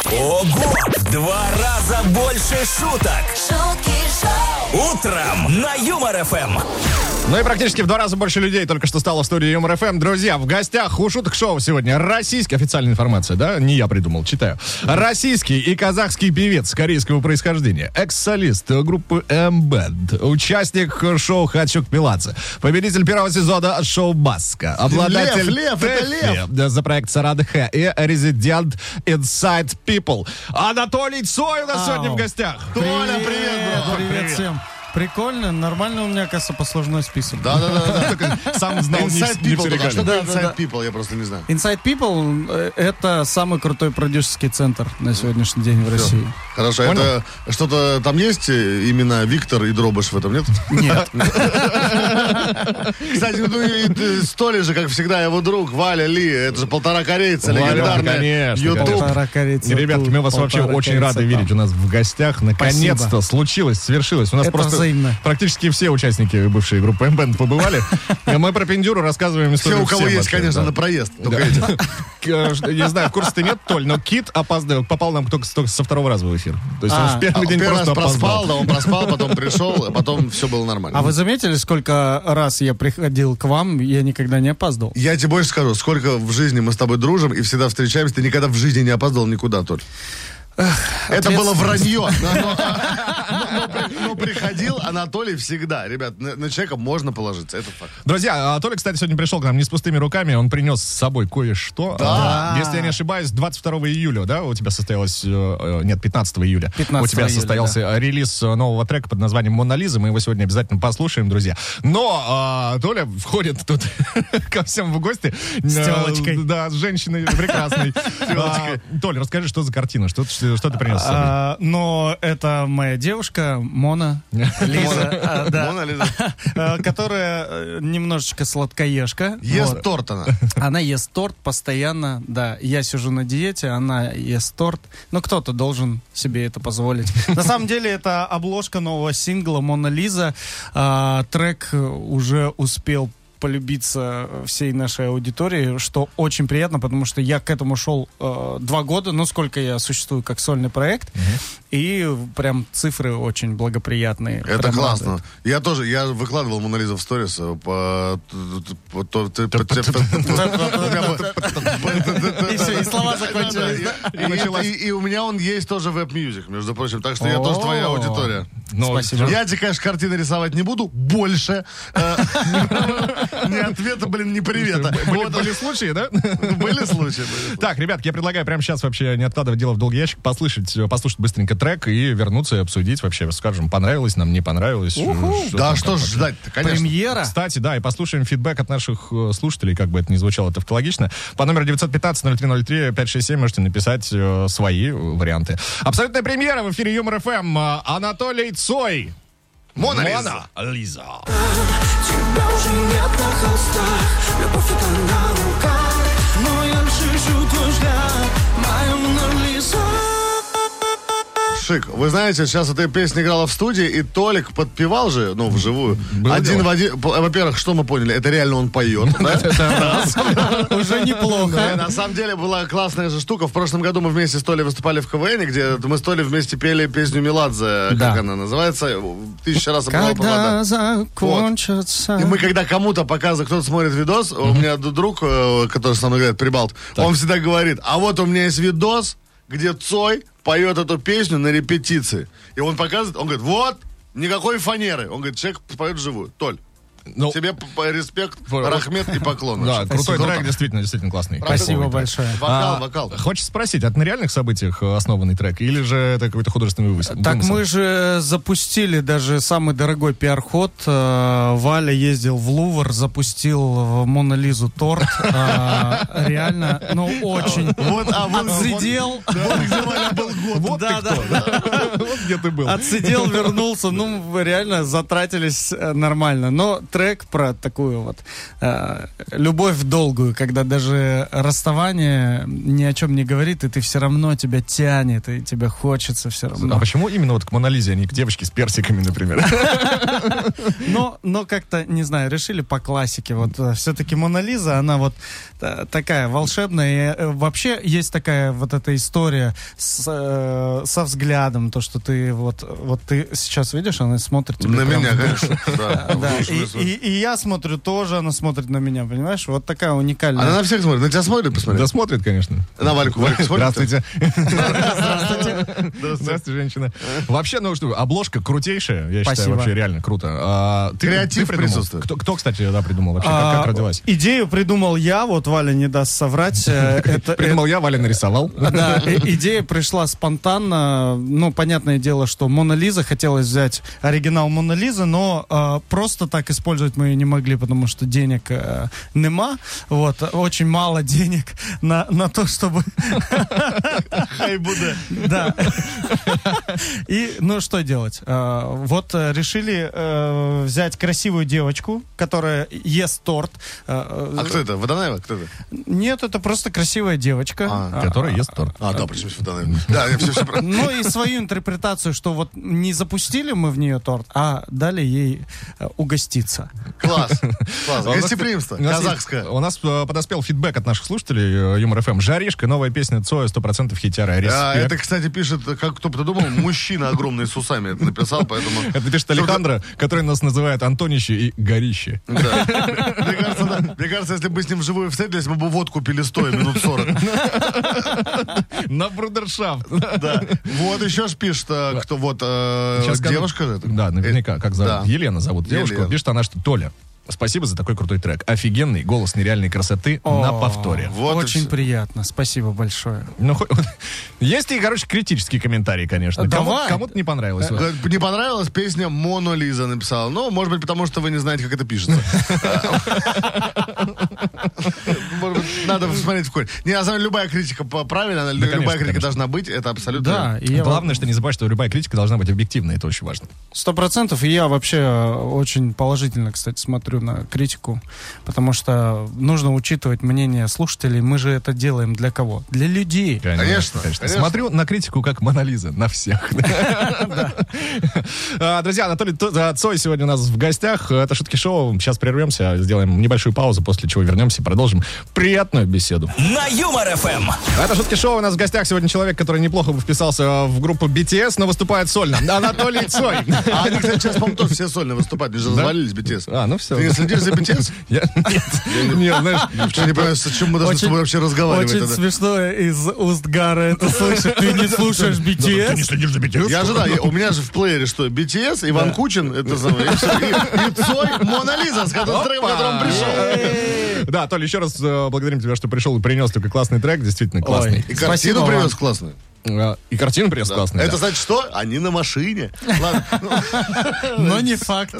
Ого! В 2 раза больше шуток. Шутки шоу. Утром на Юмор ФМ. Ну и практически в 2 раза больше людей только что стало в студии Юмор ФМ. Друзья, в гостях у шуток шоу сегодня российский, официальная информация, да? Не я придумал, читаю. Российский и казахский певец корейского происхождения, экс-солист группы M-Band, участник шоу «Хачук Пеладзе», победитель первого сезона шоу «Баска», обладатель Лев, это Лев. за проект «Сарадха» и резидент Inside People. Анатолий Цой у нас сегодня в гостях. Толя, привет, бро. Привет всем. Прикольно, нормально у меня, кажется, послужной список. Да. Сам знал, не Inside все People. А что регалии. такое Inside People? Я просто не знаю. Inside People — это самый крутой продюсерский центр на сегодняшний день в России. Хорошо, это что-то там есть имена Виктор и Дробыш в этом, нет? Нет. Кстати, ну и Столи же, как всегда, его друг, Валя Ли. Это же полтора корейца, Валя, легендарная. конечно, YouTube. И, ребятки, мы вас вообще очень рады видеть у нас в гостях. Наконец-то случилось, свершилось. У нас Это просто взаимно. практически все участники бывшей группы M-Band побывали. И мы про Пендюру рассказываем Все, историю у кого всем есть, вообще, конечно, да. на проезд. Только эти. Не знаю, в курсе ты нет, Толь, но Кит попал нам только со 2-го раза в эфир. То есть он в первый день Первый раз просто проспал, опоздал. да, он проспал, потом пришел, а потом все было нормально. А вы заметили, сколько раз я приходил к вам, я никогда не опаздывал? Я тебе больше скажу, сколько в жизни мы с тобой дружим и всегда встречаемся, ты никогда в жизни не опоздал никуда, Толь. Это было вранье. Но приходил Анатолий всегда. Ребят, на человека можно положиться, это факт. Друзья, Толя, кстати, сегодня пришел к нам не с пустыми руками, он принес с собой кое-что. Да. Если я не ошибаюсь, 22 июля, да, у тебя состоялось... Нет, 15 июля. 15 у тебя июля, состоялся релиз нового трека под названием «Мона Лиза». Мы его сегодня обязательно послушаем, друзья. Но Толя входит тут ко всем в гости. С телочкой. Да, с женщиной прекрасной. Толя, расскажи, что за картина, что ты принес с собой? Но это моя девушка Мона Лиза, Мона Лиза. которая немножечко сладкоежка. Ест Вот. торт она. Она ест торт постоянно, да. Я сижу на диете, она ест торт. Но кто-то должен себе это позволить. На самом деле, это обложка нового сингла «Мона Лиза». Трек уже успел полюбиться всей нашей аудитории, что очень приятно, потому что я к этому шел 2 года, ну, сколько я существую как сольный проект, и прям цифры очень благоприятные. Это Прям классно. радует. Я тоже, я выкладывал Мона Лизу в сторис. И все, и слова закончились. И у меня он есть тоже в App Music, между прочим. Так что я тоже твоя аудитория. Спасибо. Я тебе, конечно, картины рисовать не буду. Больше. Ни ответа, ни привета. Были случаи, да? Были случаи. Так, ребятки, я предлагаю прямо сейчас вообще не откладывать дело в долгий ящик, послушать быстренько трек и вернуться и обсудить вообще, скажем, понравилось нам, не понравилось. Да, что ж ждать-то, конечно. Премьера. Кстати, да, и послушаем фидбэк от наших слушателей, как бы это ни звучало тавтологично. По номеру 915-0303-567 можете написать свои варианты. Абсолютная премьера в эфире Юмор ФМ. Анатолий Цой. Мона Лиза. Тебя уже нет на холстах. Любовь это на руках. Но я шишу твой взгляд. Моя Мона Лиза. Шик. Вы знаете, сейчас эта песня играла в студии, и Толик подпевал же, ну, вживую. Один в один. Во-первых, что мы поняли? Это реально он поет, да? Уже неплохо. На самом деле была классная же штука. В прошлом году мы вместе с Толей выступали в КВН, где мы с Толей вместе пели песню Меладзе, Да. как она называется, 1000 раз обрывал Когда провода. закончатся... И мы когда кому-то показываем, кто-то смотрит видос, у меня друг, который со мной играет, Прибалт, он всегда говорит, а вот у меня есть видос, где Цой поет эту песню на репетиции. И он показывает, он говорит, вот, никакой фанеры. Он говорит, человек поет вживую. Толь, Ну, тебе рахмет и поклон. да, Значит. крутой Круто. трек, действительно классный. Спасибо Кайфовый трек. большое. Вокал. Хочется спросить, это на реальных событиях основанный трек, или же это какой-то художественный вымысел? Так мы же запустили даже самый дорогой пиар-ход. Валя ездил в Лувр, запустил в Мона Лизу торт. Реально, ну очень отсидел. Вот где Валя был год. Вот Да, ты кто. Вот где ты был. Отсидел, вернулся. Ну, реально затратились нормально. Но трек про такую вот любовь долгую, когда даже расставание ни о чем не говорит, и ты все равно, тебя тянет, и тебе хочется все равно. А почему именно вот к Мона Лизе, а не к девочке с персиками, например? Но как-то, не знаю, решили по классике. Вот все-таки Мона Лиза, она вот такая волшебная. И вообще есть такая вот эта история со взглядом, то, что ты вот ты сейчас видишь, она смотрит тебе На прям меня, в душу. конечно. Да. Да, и я смотрю тоже, она смотрит на меня, понимаешь? Вот такая уникальная. Она на всех смотрит. На тебя смотрит, посмотри. Да смотрит, конечно. На Вальку смотрит. Здравствуйте. Здравствуйте. Здравствуйте, женщина. Вообще, ну что, обложка крутейшая, я считаю, Спасибо. вообще реально круто. Креатив придумал? присутствует. Кто, кстати, придумал вообще? Как родилась? Идею придумал я, вот Валя не даст соврать. Придумал я, Валя нарисовал. Да, идея пришла спонтанно. Ну, понятное дело, что Мона Лиза, хотелось взять оригинал Мона Лизы, но просто так использовать мы ее не могли, потому что денег нема. Вот, очень мало денег на то, чтобы... Хай буде. Да. И, ну, что делать? Вот решили взять красивую девочку, которая ест торт. А кто это? Водонаева? Кто это? Нет, это просто красивая девочка. Которая ест торт. Да, почему Водонаева? Да, я все правильно. Ну и свою интерпретацию, что вот не запустили мы в нее торт, а дали ей угоститься. Класс. Класс. У нас- Гостеприимство. у нас Казахское. есть- У нас подоспел фидбэк от наших слушателей Юмор ФМ. Жаришка, новая песня Цоя, 100% хитяра. Это, Респект. кстати, пишет, как кто бы ты думал, мужчина огромный с усами это написал, поэтому... Это пишет Александра, который нас называет Антонище и Горище. Да. Мне кажется, если бы с ним вживую встретились, мы бы водку пили стоя минут 40. На брудершафт. Да. Вот еще ж пишет, кто вот Сейчас скажу. девушка. это? Да, наверняка. Как зовут? Да. Елена зовут девушку. Елена. Пишет она, что Толя. Спасибо за такой крутой трек. Офигенный голос нереальной красоты на повторе. Вот и Очень всё. приятно. Спасибо большое. Ну, есть и, короче, критические комментарии, конечно. Давай. Кому-то не понравилось. Говорит, не понравилась песня Мона Лиза написала. Ну, может быть, потому что вы не знаете, как это пишется. Может быть, надо посмотреть в корень. Не, на самом деле, любая критика правильная, любая конечно, критика конечно. должна быть, это абсолютно... Да, и я Главное, что не забывай, что любая критика должна быть объективной. Это очень важно. 100%. И я вообще очень положительно, кстати, смотрю на критику, потому что нужно учитывать мнение слушателей. Мы же это делаем для кого? Для людей. Конечно. Смотрю на критику как Мона Лиза, на всех. Друзья, Анатолий Цой сегодня у нас в гостях. Это Шутки Шоу. Сейчас прервемся, сделаем небольшую паузу, после чего вернемся и продолжим приятную беседу. На Юмор ФМ. Это Шутки Шоу. У нас в гостях сегодня человек, который неплохо бы вписался в группу BTS, но выступает сольно. Анатолий Цой. А они, кстати, сейчас, по-моему, тоже все сольно выступают. Они же развалились, BTS. Ну все. Ты не следишь за BTS? Нет, знаешь, Я не понимаю, о чем мы должны с тобой вообще разговаривать. Очень тогда. смешно из уст Гара это слышать. Ты не слушаешь BTS? следишь за BTS? Я же, да, у меня же в плеере что, BTS, Иван Кучин, это самое, и всё, и Цой, Мона Лиза, с которым пришел. Да, Толя, еще раз благодарим тебя, что пришел и принес такой классный трек, действительно классный. И Спасибо картину вам. привез классную. И картину принес классную. Это да. значит что? Они на машине. Ладно. Но не факт.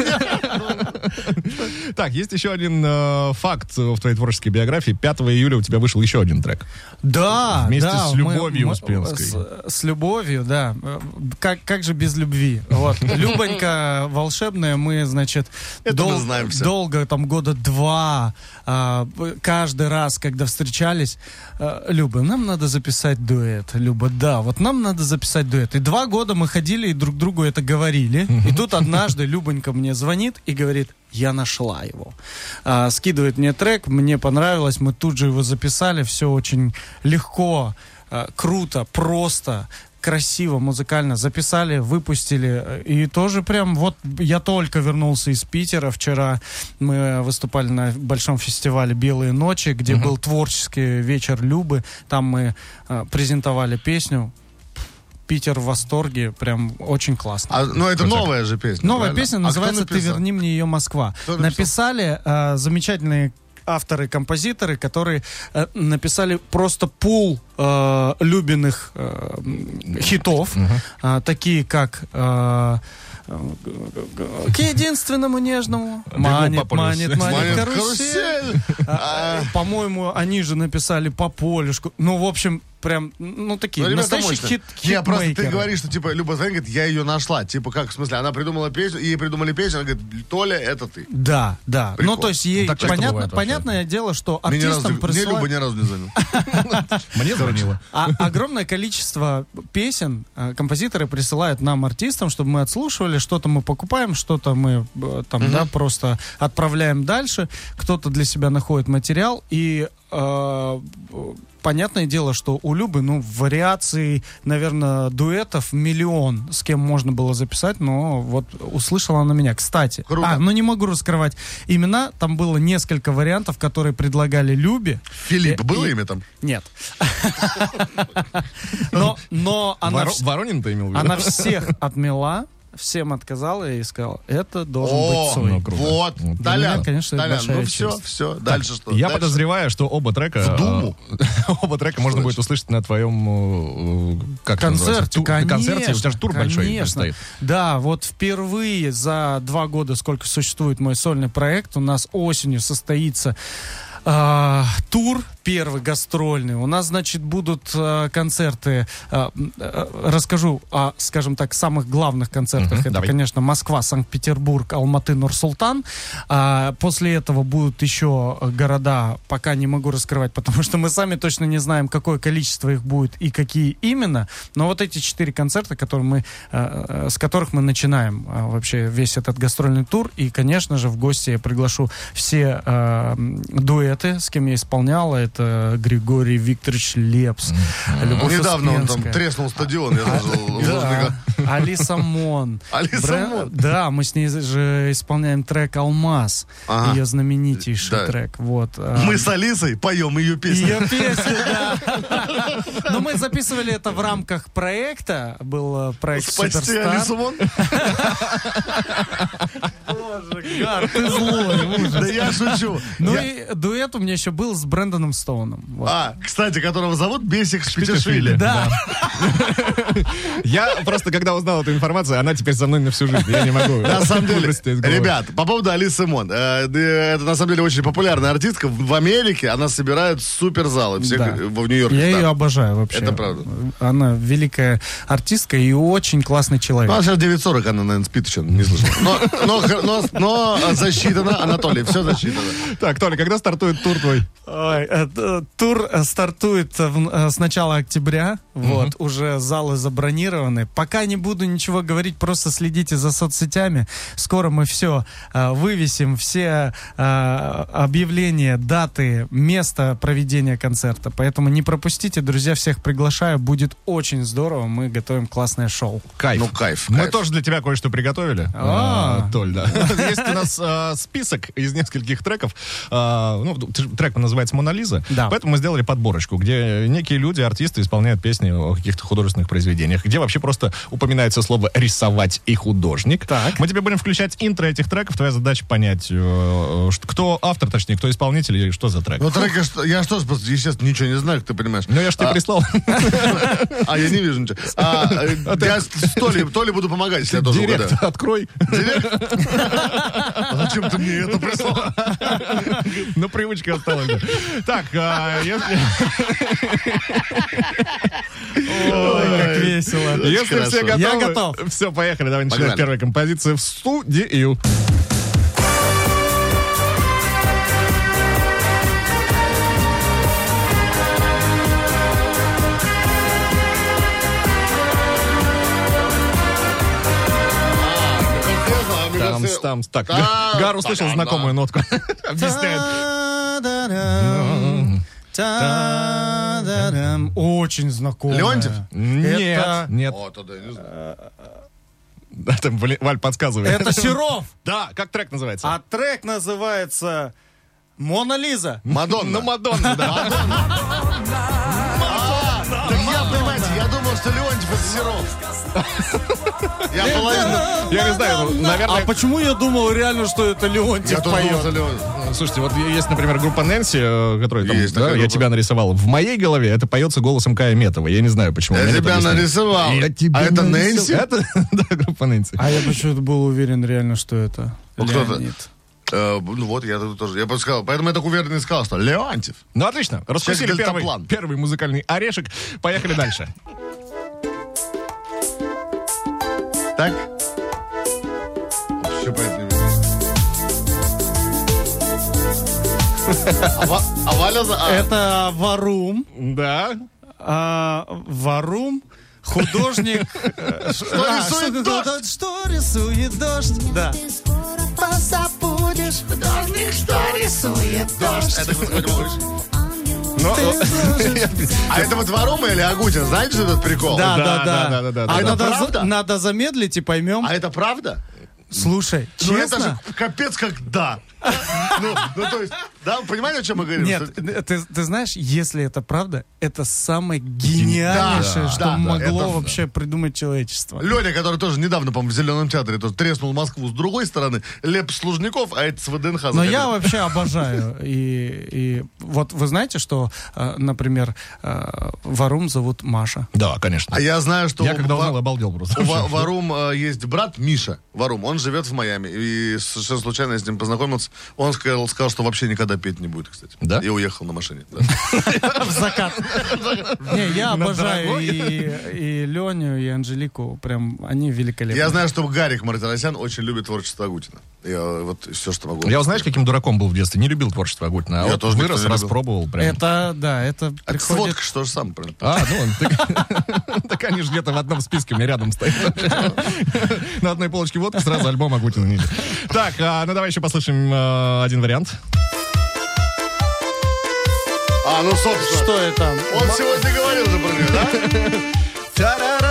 Так, есть еще один факт в твоей творческой биографии. 5 июля у тебя вышел еще один трек. Да, Вместе да, с Любовью Успенской. С Любовью, да. Как же без любви? Вот. Любонька волшебная, мы, значит, Это мы знаем все. долго, там, года 2, каждый раз, когда встречались, Люба, нам надо записать дуэт. Люба, да, вот нам надо записать дуэт. И 2 года мы ходили и друг другу это говорили. И тут однажды Любонька мне звонит и говорит: я нашла его. Скидывает мне трек, мне понравилось, мы тут же его записали, все очень легко, круто, просто, красиво, музыкально записали, выпустили. И тоже прям вот я только вернулся из Питера. Вчера мы выступали на большом фестивале «Белые ночи», где был творческий вечер Любы. Там мы презентовали песню. Питер в восторге, прям очень классно. Ну, это новая же песня. Новая правильно? песня А кто называется «Ты написал? верни мне ее, Москва». Кто написал? Написали замечательные авторы, композиторы, которые написали просто пул Любиных хитов, такие как «К единственному нежному», «Манит, по полю. манит, манит Манит карусель». По-моему, они же написали «По полюшку». Ну, в общем, прям, ну, такие, Ну, ребята настоящие мощные. Не, просто ты хитмейкеры. говоришь, что, типа, Люба Зайн говорит, я ее нашла. Типа, как, в смысле, она придумала песню, ей придумали песню, она говорит, Толя, это ты. Да, да. Прикол. Ну, то есть ей Ну, так часто бывает вообще. понятное дело, что Мне артистам Люба ни разу не звонил. Мне звонила. огромное количество песен композиторы присылают нам, артистам, чтобы мы отслушивали, что-то мы покупаем, что-то мы там, да, просто отправляем дальше, кто-то для себя находит материал, и понятное дело, что у Любы, ну, вариаций, наверное, дуэтов миллион, с кем можно было записать, но вот услышала она меня. Кстати, Круто. ну не могу раскрывать имена, там было несколько вариантов, которые предлагали Любе. Филипп, было И- имя там? Нет. Но она Воронин ты имел в виду? она всех отмела, всем отказала и сказала, это должен быть О, Цой. круто. вот, Вот. Для Толян, меня, конечно, это Толян, большая ну все, честь. все, дальше что? Я Дальше? подозреваю, что оба трека... В Думу? Оба трека можно будет услышать на твоем... Как это называется? Концерте, Концерте. У тебя же тур большой конечно. предстоит. Да, вот впервые за 2 года, сколько существует мой сольный проект, у нас осенью состоится тур первый гастрольный. У нас, значит, будут концерты. Расскажу о, скажем так, самых главных концертах. Это, давай. конечно, Москва, Санкт-Петербург, Алматы, Нур-Султан. После этого будут еще города, пока не могу раскрывать, потому что мы сами точно не знаем, какое количество их будет и какие именно. Но вот эти 4 концерта, с которых мы начинаем вообще весь этот гастрольный тур. И, конечно же, в гости я приглашу все дуэты, с кем я исполнял. Это Григорий Викторович Лепс, Любовь Недавно он там Успенская. треснул стадион, я слышал. Да, Алиса Мон. Алиса Мон? Да, мы с ней же исполняем трек «Алмаз». Ага. Ее знаменитейший Да. трек. Вот. Мы с Алисой поем ее песню. Ее песня, да. Но мы записывали это в рамках проекта. Был проект Спасти «Суперстар». Алису Мон? Боже, Гар, ты злой, ужас. Да я шучу. Ну и дуэт у меня еще был с Брэндоном Стоуном. Вот. Кстати, которого зовут Бесик Шпитишвили. Да. Я просто, когда узнал эту информацию, она теперь со мной на всю жизнь. Я не могу. На самом деле, выбросить из головы. ребят, по поводу Алисы Мон. Это на самом деле очень популярная артистка. В Америке она собирает суперзалы. Всех Да. в Нью-Йорке. Я да. ее обожаю вообще. Это правда. Она великая артистка и очень классный человек. Ну, а сейчас 9:40, она, наверное, спит еще, не слышал. Но засчитано, Анатолий, все засчитано. Так, Толя, когда стартует тур твой? Ой, тур стартует с начала октября. Вот, уже залы забронированы. Пока не буду ничего говорить, просто следите за соцсетями. Скоро мы все вывесим, все объявления, даты, место проведения концерта. Поэтому не пропустите, друзья, всех приглашаю. Будет очень здорово. Мы готовим классное шоу. Кайф. Ну, кайф. Мы тоже для тебя кое-что приготовили. Толь, да. Есть у нас список из нескольких треков. Трек называется «Мона Лиза». Да. Поэтому мы сделали подборочку, где некие люди, артисты исполняют песни о каких-то художественных произведениях, где вообще просто упоминается слово «рисовать» и «художник». Так. Мы тебе будем включать интро этих треков. Твоя задача понять, кто автор, точнее, кто исполнитель и что за трек. Ну, трек, я что ж, естественно, ничего не знаю, как ты понимаешь. Ну, я же тебе прислал. А я не вижу ничего. Я с Толей буду помогать, если я тоже угадаю. Директ открой. А зачем ты мне это прислал? Ну, привычка осталась. да. Так, если... Ой, как весело. Если хорошо. все готовы... Я готов. Все, поехали. Давай начинаем Погнали. первую композицию в студию. Там. Так, Гар услышал знакомую нотку. Объясняет. Та-да-дам. Очень знакомая. Леонтьев? Это- Нет. О, тогда я не знаю. Да, там, Валь подсказывает. Это Серов. Да, как трек называется? А трек называется «Мона Лиза». Мадонна. Ну, Мадонна, да. Так я, понимаете, я думал, что Леонтьев это Серов. Я половину... Я не знаю, ну, А наверное... почему я думал реально, что это Я Леонтьев тоже думал, что поет? Леонтьев. Слушайте, вот есть, например, группа Нэнси, которая там, Есть да, такая я группа. тебя нарисовал. В моей голове это поется голосом Кая Метова. Я не знаю, почему. Я Мне это тебя объяснили. нарисовал. Я тебя А это нарисовал. Нэнси? Это, да, группа Нэнси. А я почему-то был уверен реально, что это Ну, кто-то. Леонид. Ну вот, я тут тоже. Я бы сказал, поэтому я так уверенно и сказал, что Леонтьев. Ну, отлично. Раскусили Человек дельтаплан. первый музыкальный орешек. Поехали дальше. Так? Вообще понятно не вижу. А Валя... Это Варум. Да. Варум, художник. рисует дождь. Что рисует дождь? Да. Позабудешь, художник, что рисует дождь. Это кто такой говоришь? Ну, А это вот Варума или Агутин? Знаете, что этот прикол? да. А это правда? Надо замедлить и поймем. А это правда? Слушай, Ну это же честно? капец как да. Ну, то есть, да, понимаете, о чем мы говорим? Нет, ты знаешь, если это правда, это самое гениальнейшее, Да, что да, могло это- вообще придумать человечество. Леня, который тоже недавно, по-моему, в Зеленом театре тоже треснул Москву с другой стороны, Леп с Лужников, а это с ВДНХ. Но заходил. я вообще обожаю. И вот вы знаете, что, например, Варум зовут Маша. Да, конечно. А я знаю, что Я когда узнал, обалдел просто. у Варум есть брат Миша Варум, он живет в Майами. И совершенно случайно я с ним познакомился. Он сказал, что вообще никогда петь не будет, кстати. Да? И уехал на машине. Да. В закат. Не, я На обожаю дорогой. и Леню, и Анжелику. Прям они великолепны. Я знаю, что Гарик Мартиросян очень любит творчество Агутина. Я вот все, что могу. Я, вот знаешь, каким дураком был в детстве? Не любил творчество Агутина. А Я вот тоже вырос, никто не любил. распробовал. Прям. Это, да, это А приходит... сводка, что же сам, правильно? Так они же где-то в одном списке у меня рядом стоят. На одной полочке водка, сразу альбом Агутина ниже. Так, ну давай еще послушаем один вариант. Ну, собственно. Что это? Он сегодня говорил же про нее, да?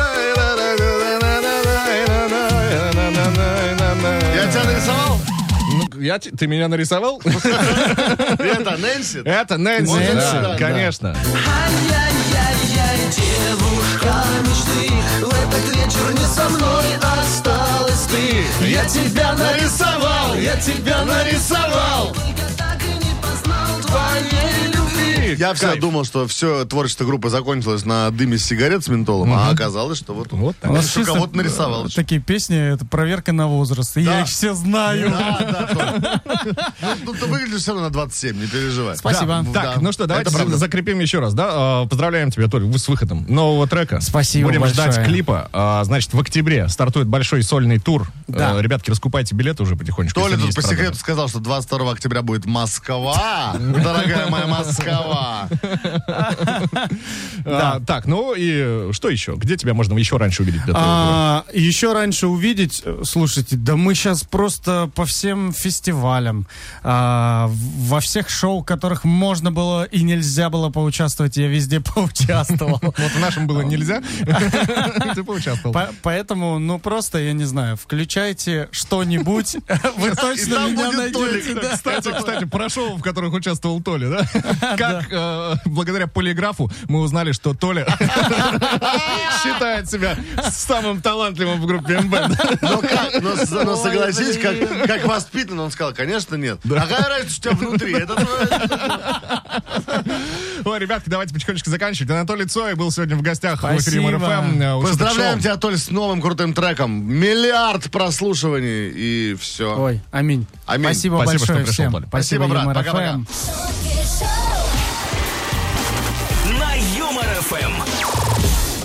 Я тебя нарисовал? Ну, ты меня нарисовал? Это Нэнси? Это Нэнси, Нэнси, да, да. конечно. Ай-яй-яй-яй, девушка мечты, в этот вечер не со мной осталась ты. Я тебя нарисовал, я тебя нарисовал, только так и не познал твоей любви. Я всегда Кайф. думал, что все творчество группы закончилось на дыме сигарет с ментолом, а оказалось, что вот Вот так. У нас что чисто, кого-то нарисовал. такие песни, это проверка на возраст. И я их все знаю. Ну, ты выглядишь все равно на 27, не переживай. Спасибо. Да. Так, Да, ну что, давайте это правда. закрепим еще раз, да? Поздравляем тебя, Толь, с выходом нового трека. Спасибо Будем большое. ждать клипа. Значит, в октябре стартует большой сольный тур. Да. Ребятки, раскупайте билеты уже потихонечку. Толя если тут есть по секрету продажи. сказал, что 22 октября будет Москва. Дорогая моя Москва. Так, ну и что еще? Где тебя можно еще раньше увидеть? Для твоего тура? Еще раньше увидеть, слушайте, да мы сейчас просто по всем фестивалям, во всех шоу, в которых можно было и нельзя было поучаствовать, я везде поучаствовал. Вот в нашем было нельзя. Ты поучаствовал. Поэтому, ну просто, я не знаю, включайте что-нибудь, вы точно там меня будет Толик. найдете. да. Кстати, про шоу, в которых участвовал Толя, да? Как благодаря полиграфу мы узнали, что Толя считает себя самым талантливым в группе МБ. Но согласись, как воспитанно, он сказал, конечно, нет. А какая разница у тебя внутри? Это Ой, ребятки, давайте потихонечку заканчивать. Анатолий Цой был сегодня в гостях в эфире Спасибо. МРФМ. Поздравляем тебя, Толь, с новым крутым треком. Миллиард прослушиваний и все. Ой, аминь. Аминь. Спасибо Спасибо, что большое пришел, всем. Толя. Спасибо, брат. Юмор Пока-пока. FM. На Юмор ФМ.